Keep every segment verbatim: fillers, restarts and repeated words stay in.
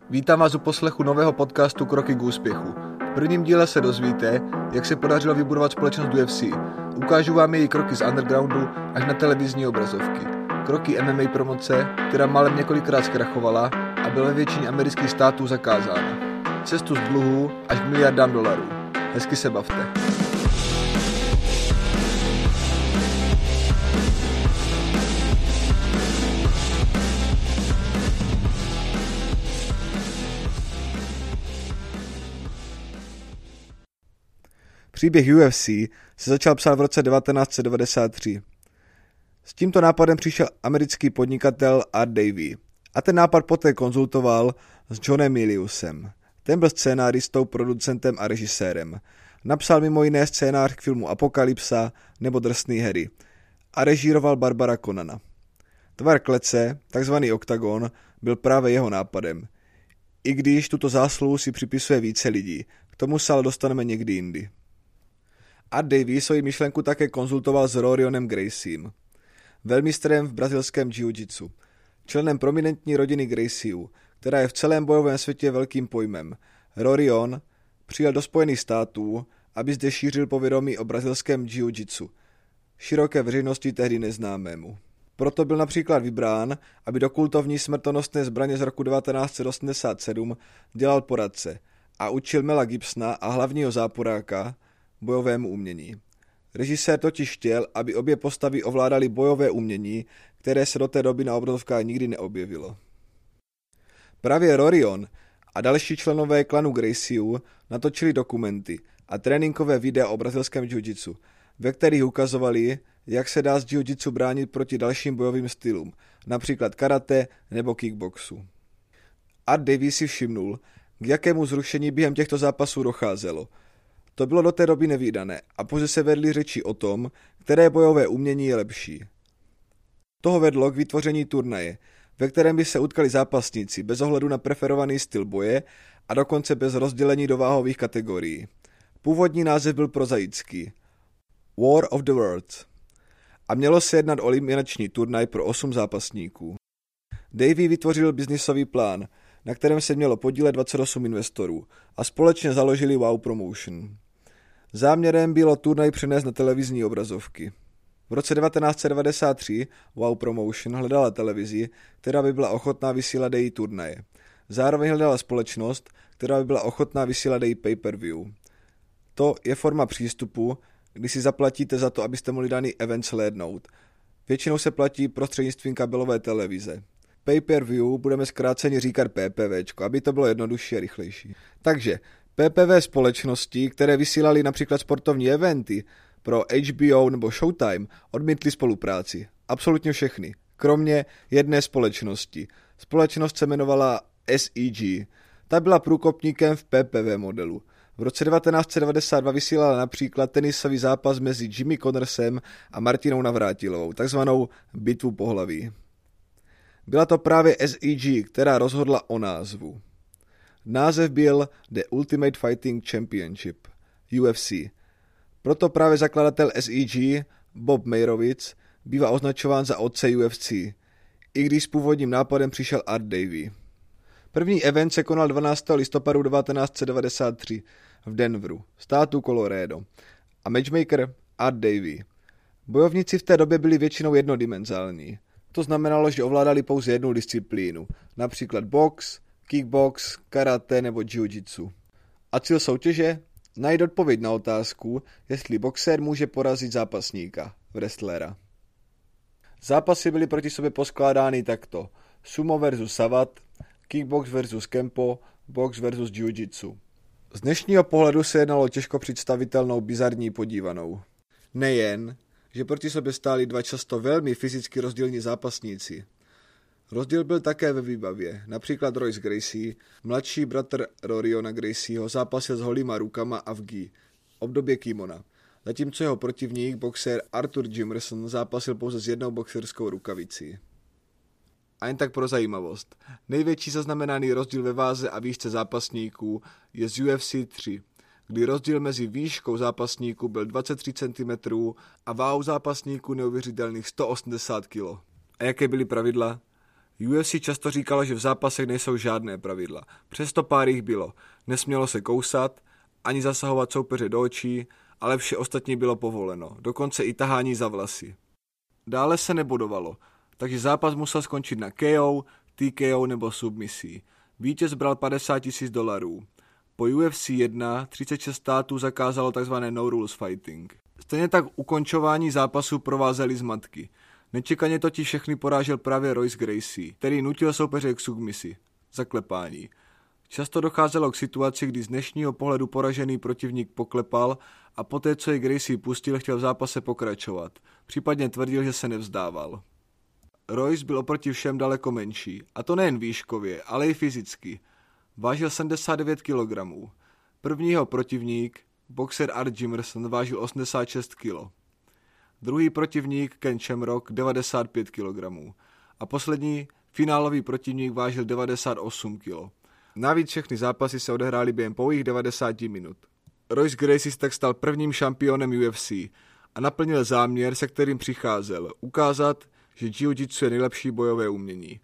Vítám vás u poslechu nového podcastu Kroky k úspěchu. V prvním díle se dozvíte, jak se podařilo vybudovat společnost U F C. Ukážu vám její kroky z undergroundu až na televizní obrazovky. Kroky M M A promoce, která málem několikrát zkrachovala a byla ve většině amerických států zakázána. Cestu z dluhů až k miliardám dolarů. Hezky se bavte. Příběh U F C se začal psát v roce devatenáct set devadesát tři. S tímto nápadem přišel americký podnikatel Art Davie a ten nápad poté konzultoval s Johnem Miliusem. Ten byl scénáristou, producentem a režisérem. Napsal mimo jiné scénář k filmu Apokalypsa nebo Drsný Harry a režíroval Barbara Conana. Tvar klece, takzvaný oktagon, byl právě jeho nápadem. I když tuto zásluhu si připisuje více lidí, k tomu se ale dostaneme někdy jindy. Art Davie svoji myšlenku také konzultoval s Rorionem Graciem, velmistrem v brazilském jiu-jitsu, členem prominentní rodiny Gracieů, která je v celém bojovém světě velkým pojmem. Rorion přijel do Spojených států, aby zde šířil povědomí o brazilském jiu-jitsu, široké veřejnosti tehdy neznámému. Proto byl například vybrán, aby do kultovní smrtonosné zbraně z roku devatenáct set osmdesát sedm dělal poradce a učil Mela Gibsona a hlavního záporáka bojovému umění. Režisér totiž chtěl, aby obě postavy ovládaly bojové umění, které se do té doby na obrazovkách nikdy neobjevilo. Právě Rorion a další členové klanu Gracieů natočili dokumenty a tréninkové videa o brazilském jiu-jitsu, ve kterých ukazovali, jak se dá z jiu-jitsu bránit proti dalším bojovým stylům, například karate nebo kickboxu. Art Davie si všimnul, k jakému zrušení během těchto zápasů docházelo. To bylo do té doby nevídané a pouze se vedly řeči o tom, které bojové umění je lepší. Toho vedlo k vytvoření turnaje, ve kterém by se utkali zápasníci bez ohledu na preferovaný styl boje a dokonce bez rozdělení do váhových kategorií. Původní název byl prozaický War of the Worlds a mělo se jednat o eliminační turnaj pro osm zápasníků. Davie vytvořil biznisový plán, na kterém se mělo podílet dvacet osm investorů a společně založili Wow Promotion. Záměrem bylo turnaj přenést na televizní obrazovky. V roce devatenáct set devadesát tři Wow Promotion hledala televizi, která by byla ochotná vysílat její turnaje. Zároveň hledala společnost, která by byla ochotná vysílat její pay-per-view. To je forma přístupu, kdy si zaplatíte za to, abyste mohli daný event slédnout. Většinou se platí prostřednictvím kabelové televize. Pay-per-view budeme zkráceně říkat PPVčko, aby to bylo jednodušší a rychlejší. Takže P P V společnosti, které vysílaly například sportovní eventy pro H B O nebo Showtime, odmítly spolupráci. Absolutně všechny, kromě jedné společnosti. Společnost se jmenovala S E G. Ta byla průkopníkem v P P V modelu. V roce devatenáct set devadesát dva vysílala například tenisový zápas mezi Jimmy Connorsem a Martinou Navrátilovou, takzvanou bitvu pohlaví. Byla to právě S E G, která rozhodla o názvu. Název byl The Ultimate Fighting Championship, U F C. Proto právě zakladatel S E G, Bob Meyrowitz, bývá označován za otce U F C, i když s původním nápadem přišel Art Davie. První event se konal dvanáctého listopadu devatenáct set devadesát tři v Denveru, státu Colorado, a matchmaker Art Davie. Bojovníci v té době byli většinou jednodimenzální. To znamenalo, že ovládali pouze jednu disciplínu, například box, kickbox, karate nebo jiu-jitsu. A cíl soutěže? Najít odpověď na otázku, jestli boxer může porazit zápasníka, wrestlera. Zápasy byly proti sobě poskládány takto: sumo versus savat, kickbox versus kempo, box versus jiu-jitsu. Z dnešního pohledu se jednalo o těžko představitelnou bizarní podívanou. Nejen, že proti sobě stáli dva často velmi fyzicky rozdílní zápasníci. Rozdíl byl také ve výbavě. Například Royce Gracie, mladší bratr Roriona Gracieho, zápasil s holýma rukama a v gi, obdobě kimona, zatímco jeho protivník, boxer Arthur Jimerson, zápasil pouze s jednou boxerskou rukavicí. A jen tak pro zajímavost. Největší zaznamenaný rozdíl ve váze a výšce zápasníků je z U F C tři, kdy rozdíl mezi výškou zápasníků byl dvacet tři centimetrů a váhou zápasníků neuvěřitelných sto osmdesát kilogramů. A jaké byly pravidla? U F C často říkalo, že v zápasech nejsou žádné pravidla. Přesto pár jich bylo. Nesmělo se kousat, ani zasahovat soupeře do očí, ale vše ostatní bylo povoleno, dokonce i tahání za vlasy. Dále se nebodovalo, takže zápas musel skončit na K O, T K O nebo submisí. Vítěz bral padesát tisíc dolarů. Po U F C jedna třicet šest států zakázalo tzv. No rules fighting. Stejně tak ukončování zápasu provázely zmatky. Nečekaně totiž všechny porážel právě Royce Gracie, který nutil soupeře k submisi, zaklepání. Často docházelo k situaci, kdy z dnešního pohledu poražený protivník poklepal a poté, co je Gracie pustil, chtěl v zápase pokračovat. Případně tvrdil, že se nevzdával. Royce byl oproti všem daleko menší, a to nejen výškově, ale i fyzicky. Vážil sedmdesát devět kilogramů. Prvního protivník, boxer Art Jimerson, vážil osmdesát šest kilogramů. Druhý protivník Ken Shamrock devadesát pět kilogramů. A poslední, finálový protivník vážil devadesát osm kilogramů. Navíc všechny zápasy se odehrály během pouhých devadesáti minut. Royce Gracie tak stal prvním šampionem U F C a naplnil záměr, se kterým přicházel, ukázat, že jiu-jitsu je nejlepší bojové umění.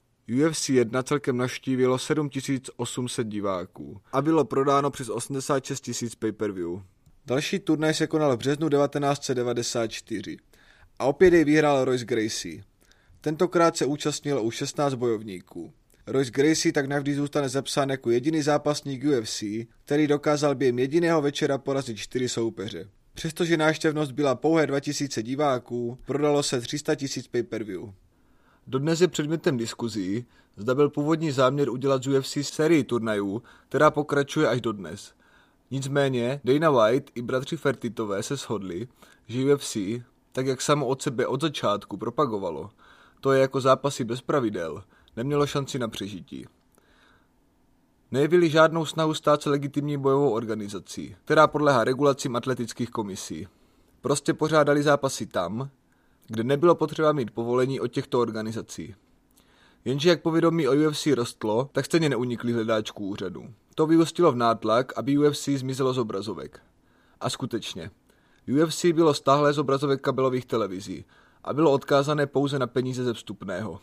U F C jedna celkem navštívilo sedm tisíc osm set diváků a bylo prodáno přes osmdesát šest tisíc pay-per-view. Další turnaj se konal v březnu devatenáct set devadesát čtyři a opět jej vyhrál Royce Gracie. Tentokrát se účastnilo už šestnáct bojovníků. Royce Gracie tak navždy zůstane zapsán jako jediný zápasník U F C, který dokázal během jediného večera porazit čtyři soupeře. Přestože návštěvnost byla pouhé dva tisíce diváků, prodalo se tři sta tisíc pay-per-view. Dodnes je předmětem diskuzí, zda byl původní záměr udělat z U F C sérii turnajů, která pokračuje až dodnes. Nicméně Dana White i bratři Fertitové se shodli, že U F C, tak jak samo od sebe od začátku propagovalo, to je jako zápasy bez pravidel, nemělo šanci na přežití. Nejevili žádnou snahu stát se legitimní bojovou organizací, která podléhá regulacím atletických komisí. Prostě pořádali zápasy tam, kde nebylo potřeba mít povolení od těchto organizací. Jenže jak povědomí o U F C rostlo, tak stejně neunikli hledáčků úřadu. To vyústilo v nátlak, aby U F C zmizelo z obrazovek. A skutečně, U F C bylo stáhlé z obrazovek kabelových televizí a bylo odkázané pouze na peníze ze vstupného.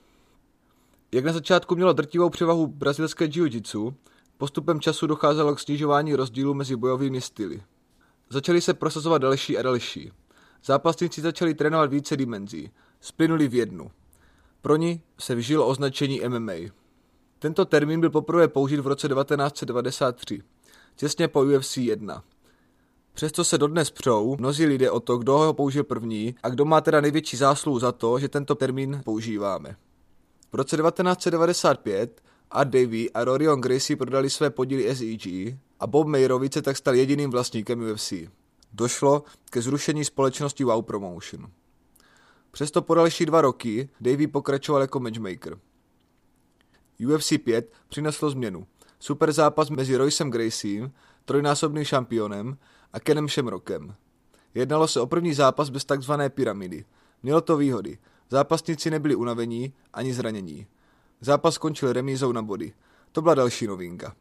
Jak na začátku mělo drtivou převahu brazilské jiu-jitsu, postupem času docházelo k snižování rozdílu mezi bojovými styly. Začaly se prosazovat další a další. Zápasníci začali trénovat více dimenzí, splynuli v jednu. Pro ní se vžilo označení M M A. Tento termín byl poprvé použit v roce devatenáct set devadesát tři, těsně po U F C jedna. Přesto se dodnes přou mnozí lidé o to, kdo ho použil první a kdo má teda největší zásluhu za to, že tento termín používáme. V roce devatenáct set devadesát pět Art Davie a Rorion Gracie prodali své podíly S E G a Bob Meyrovic se tak stal jediným vlastníkem U F C. Došlo ke zrušení společnosti Wow Promotion. Přesto po další dva roky Davie pokračoval jako matchmaker. U F C pět přineslo změnu. Super zápas mezi Roycem Graciem, trojnásobným šampionem, a Kenem Shamrockem. Jednalo se o první zápas bez takzvané pyramidy. Mělo to výhody. Zápasníci nebyli unavení ani zranění. Zápas skončil remízou na body. To byla další novinka.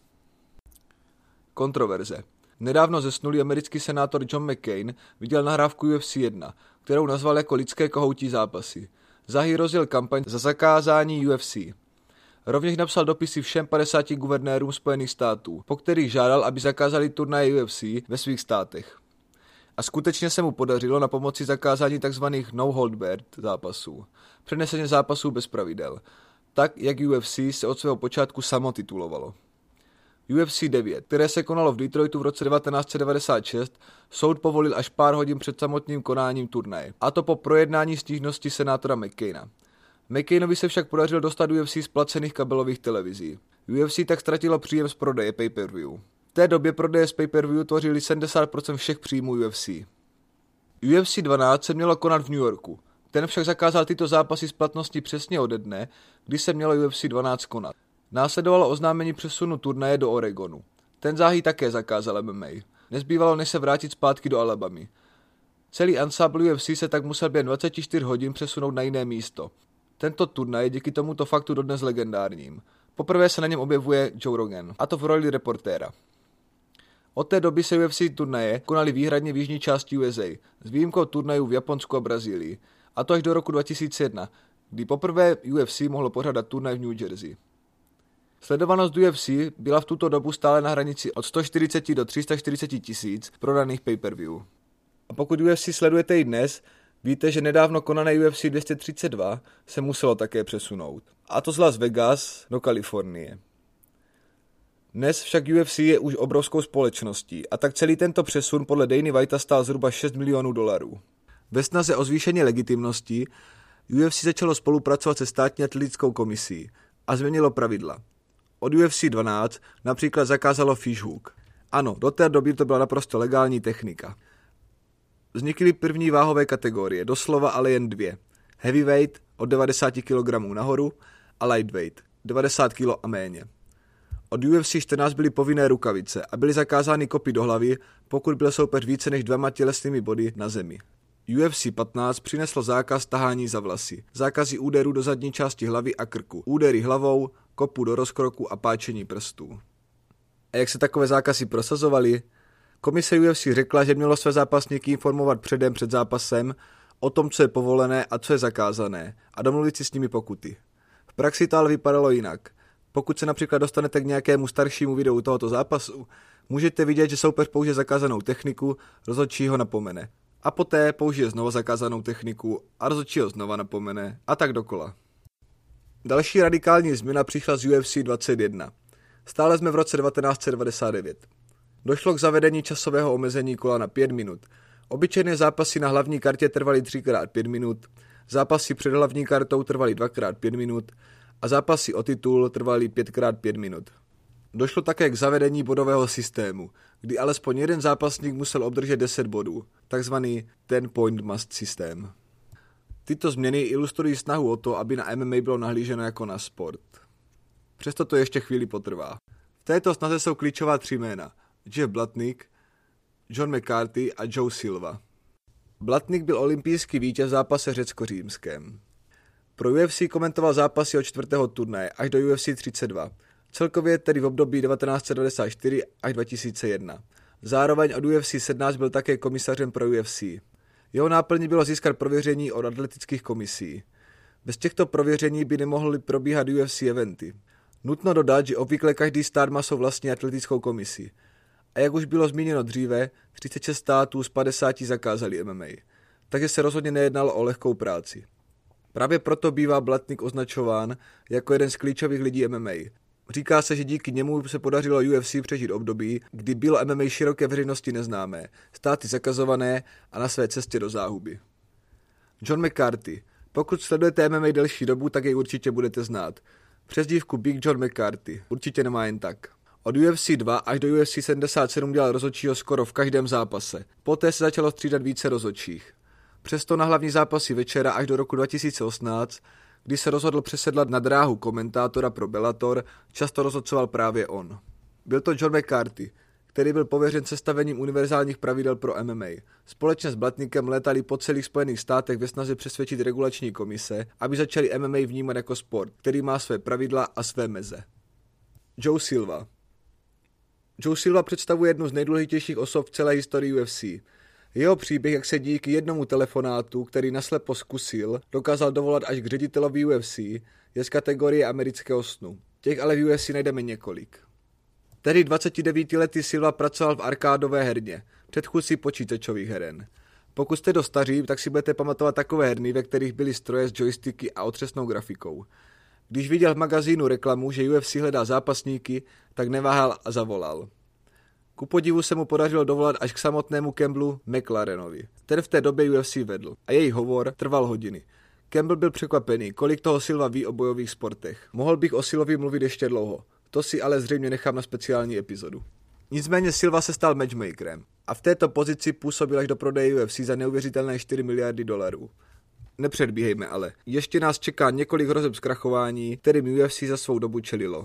Kontroverze. Nedávno zesnulý americký senátor John McCain viděl nahrávku U F C jedna, kterou nazval jako lidské kohoutí zápasy. Záhy rozjel kampaň za zakázání U F C. Rovněž napsal dopisy všem padesáti guvernérům Spojených států, po kterých žádal, aby zakázali turnaje U F C ve svých státech. A skutečně se mu podařilo na pomoci zakázání tzv. No hold barred zápasů, přeneseně zápasů bez pravidel, tak jak U F C se od svého počátku samo titulovalo. U F C devět, které se konalo v Detroitu v roce devatenáct set devadesát šest, soud povolil až pár hodin před samotným konáním turnaje, a to po projednání stížnosti senátora McCaina. McCainovi se však podařilo dostat U F C z placených kabelových televizí. U F C tak ztratilo příjem z prodeje pay-per-view. V té době prodeje z pay-per-view tvořily sedmdesát procent všech příjmů U F C. U F C dvanáct se mělo konat v New Yorku. Ten však zakázal tyto zápasy z platnosti přesně ode dne, kdy se mělo U F C dvanáct konat. Následovalo oznámení přesunu turnaje do Oregonu. Ten záhy také zakázal M M A. Nezbývalo než se vrátit zpátky do Alabamy. Celý ansábl U F C se tak musel během dvaceti čtyř hodin přesunout na jiné místo. Tento turnaj je díky tomuto faktu dodnes legendárním. Poprvé se na něm objevuje Joe Rogan, a to v roli reportéra. Od té doby se U F C turnaje konaly výhradně v jižní části U S A, s výjimkou turnajů v Japonsku a Brazílii, a to až do roku dva tisíce jedna, kdy poprvé U F C mohlo pořádat turnaj v New Jersey. Sledovanost U F C byla v tuto dobu stále na hranici od sto čtyřicet do tři sta čtyřicet tisíc prodaných pay-per-view. A pokud U F C sledujete i dnes, víte, že nedávno konané U F C dvě stě třicet dva se muselo také přesunout. A to z Las Vegas do Kalifornie. Dnes však U F C je už obrovskou společností a tak celý tento přesun podle Dany Whitea stál zhruba šest milionů dolarů. Ve snaze o zvýšení legitimnosti U F C začalo spolupracovat se státní atletickou komisí a změnilo pravidla. Od U F C dvanáct například zakázalo fishhook. Ano, do té doby to byla naprosto legální technika. Vznikly první váhové kategorie, doslova ale jen dvě. Heavyweight od devadesát kilogramů nahoru a lightweight devadesát kilogramů a méně. Od U F C čtrnáct byly povinné rukavice a byly zakázány kopy do hlavy, pokud byl soupeř více než dvěma tělesnými body na zemi. U F C patnáct přineslo zákaz tahání za vlasy, zákazy úderů do zadní části hlavy a krku, údery hlavou, kopu do rozkroku a páčení prstů. A jak se takové zákazy prosazovaly? Komise U F C řekla, že mělo své zápasníky informovat předem před zápasem o tom, co je povolené a co je zakázané a domluvit si s nimi pokuty. V praxi to ale vypadalo jinak. Pokud se například dostanete k nějakému staršímu videu tohoto zápasu, můžete vidět, že soupeř použije zakázanou techniku, rozhodčí ho napomene. A poté použije znovu zakázanou techniku a rozhodčí ho znova napomene a tak dokola. Další radikální změna přišla z U F C dvacet jedna. Stále jsme v roce devatenáct set devadesát devět. Došlo k zavedení časového omezení kola na pět minut. Obyčejné zápasy na hlavní kartě trvaly tři krát pět minut, zápasy před hlavní kartou trvaly dva krát pět minut a zápasy o titul trvaly pět krát pět minut. Došlo také k zavedení bodového systému, kdy alespoň jeden zápasník musel obdržet deset bodů, takzvaný ten point must systém. Tyto změny ilustrují snahu o to, aby na M M A bylo nahlíženo jako na sport. Přesto to ještě chvíli potrvá. V této snaze jsou klíčová tři jména: Jeff Blatnick, John McCarthy a Joe Silva. Blatnick byl olympijský vítěz v zápase řecko-římském. Pro U F C komentoval zápasy od čtvrtého turnaje až do U F C třicet dva, celkově tedy v období devatenáct set devadesát čtyři až dva tisíce jedna. Zároveň od U F C sedmnáct byl také komisařem pro U F C. Jeho náplní bylo získat prověření od atletických komisí. Bez těchto prověření by nemohly probíhat U F C eventy. Nutno dodat, že obvykle každý stát má svou vlastní atletickou komisi. A jak už bylo zmíněno dříve, třicet šest států z padesáti zakázali M M A. Takže se rozhodně nejednalo o lehkou práci. Právě proto bývá Blatnick označován jako jeden z klíčových lidí M M A. Říká se, že díky němu se podařilo U F C přežít období, kdy bylo M M A široké veřejnosti neznámé, státy zakazované a na své cestě do záhuby. John McCarthy. Pokud sledujete M M A delší dobu, tak jej určitě budete znát. Přezdívku Big John McCarthy určitě nemá jen tak. Od U F C dva až do U F C sedmdesát sedm dělal rozhodčího skoro v každém zápase. Poté se začalo střídat více rozhodčích. Přesto na hlavní zápasy večera až do roku dva tisíce osmnáct, kdy se rozhodl přesedlat na dráhu komentátora pro Bellator, často rozhodcoval právě on. Byl to John McCarthy, který byl pověřen sestavením univerzálních pravidel pro M M A. Společně s Blatnickem létali po celých Spojených státech ve snaze přesvědčit regulační komise, aby začali M M A vnímat jako sport, který má své pravidla a své meze. Joe Silva. Joe Silva představuje jednu z nejdůležitějších osob v celé historii U F C. Jeho příběh, jak se díky jednomu telefonátu, který naslepo zkusil, dokázal dovolat až k ředitelovi U F C, je z kategorie amerického snu. Těch ale v U F C najdeme několik. Tedy dvacetidevítiletý Silva pracoval v arkádové herně, předchůdci počítačových heren. Pokud jste dost staří, tak si budete pamatovat takové herny, ve kterých byly stroje s joysticky a otřesnou grafikou. Když viděl v magazínu reklamu, že U F C hledá zápasníky, tak neváhal a zavolal. Ku podivu se mu podařilo dovolat až k samotnému Campbellu McLarenovi. Ten v té době U F C vedl a jejich hovor trval hodiny. Campbell byl překvapený, kolik toho Silva ví o bojových sportech. Mohl bych o Silvovi mluvit ještě dlouho, to si ale zřejmě nechám na speciální epizodu. Nicméně Silva se stal matchmakerem a v této pozici působil až do prodeje U F C za neuvěřitelné čtyři miliardy dolarů. Nepředbíhejme ale, ještě nás čeká několik hrozeb zkrachování, kterým U F C za svou dobu čelilo.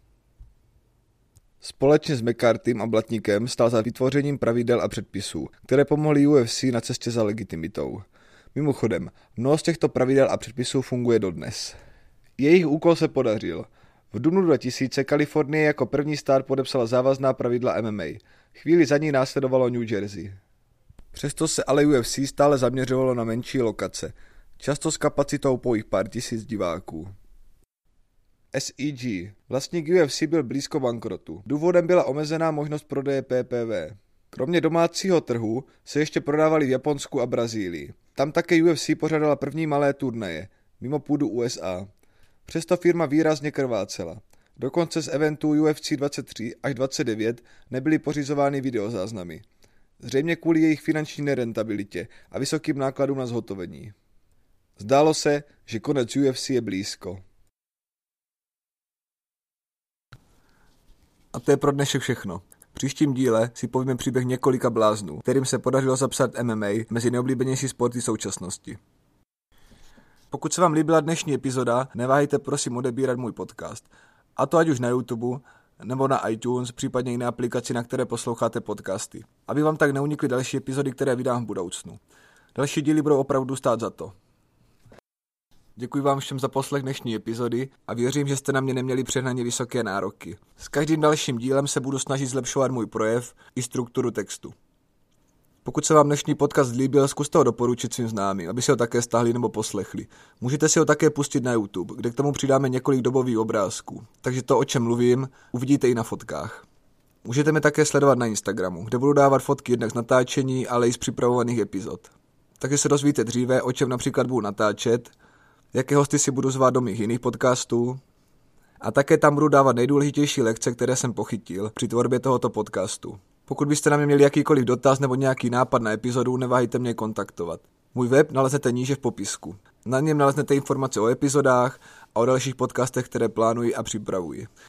Společně s McCarthym a Blatnickem stál za vytvořením pravidel a předpisů, které pomohly U F C na cestě za legitimitou. Mimochodem, mnoho z těchto pravidel a předpisů funguje dodnes. Jejich úkol se podařil. V dubnu dva tisíce Kalifornie jako první stát podepsala závazná pravidla M M A. Chvíli za ní následovalo New Jersey. Přesto se ale U F C stále zaměřovalo na menší lokace. často s kapacitou pouhých pár tisíc diváků. S E G. Vlastník U F C byl blízko bankrotu. Důvodem byla omezená možnost prodeje P P V. Kromě domácího trhu se ještě prodávali v Japonsku a Brazílii. Tam také U F C pořádala první malé turnaje, mimo půdu U S A. Přesto firma výrazně krvácela. Dokonce z eventů U F C dvacet tři až dvacet devět nebyly pořizovány videozáznamy. Zřejmě kvůli jejich finanční nerentabilitě a vysokým nákladům na zhotovení. Zdálo se, že konec U F C je blízko. A to je pro dnešek všechno. V příštím díle si povíme příběh několika bláznů, kterým se podařilo zapsat M M A mezi nejoblíbenější sporty současnosti. Pokud se vám líbila dnešní epizoda, neváhejte prosím odebírat můj podcast. A to ať už na YouTube, nebo na iTunes, případně i na aplikaci, na které posloucháte podcasty. Aby vám tak neunikly další epizody, které vydám v budoucnu. Další díly budou opravdu stát za to. Děkuji vám všem za poslech dnešní epizody a věřím, že jste na mě neměli přehnaně vysoké nároky. S každým dalším dílem se budu snažit zlepšovat můj projev i strukturu textu. Pokud se vám dnešní podcast líbil, zkuste ho doporučit svým známým, aby si ho také stáhli nebo poslechli. Můžete si ho také pustit na YouTube, kde k tomu přidáme několik dobových obrázků. Takže to, o čem mluvím, uvidíte i na fotkách. Můžete mě také sledovat na Instagramu, kde budu dávat fotky jednak z natáčení, ale i z připravovaných epizod. Takže se dozvíte dříve, o čem například budu natáčet, jaké hosty si budu zvát do mých jiných podcastů a také tam budu dávat nejdůležitější lekce, které jsem pochytil při tvorbě tohoto podcastu. Pokud byste na mě měli jakýkoliv dotaz nebo nějaký nápad na epizodu, neváhejte mě kontaktovat. Můj web naleznete níže v popisku. Na něm naleznete informace o epizodách a o dalších podcastech, které plánuji a připravuji.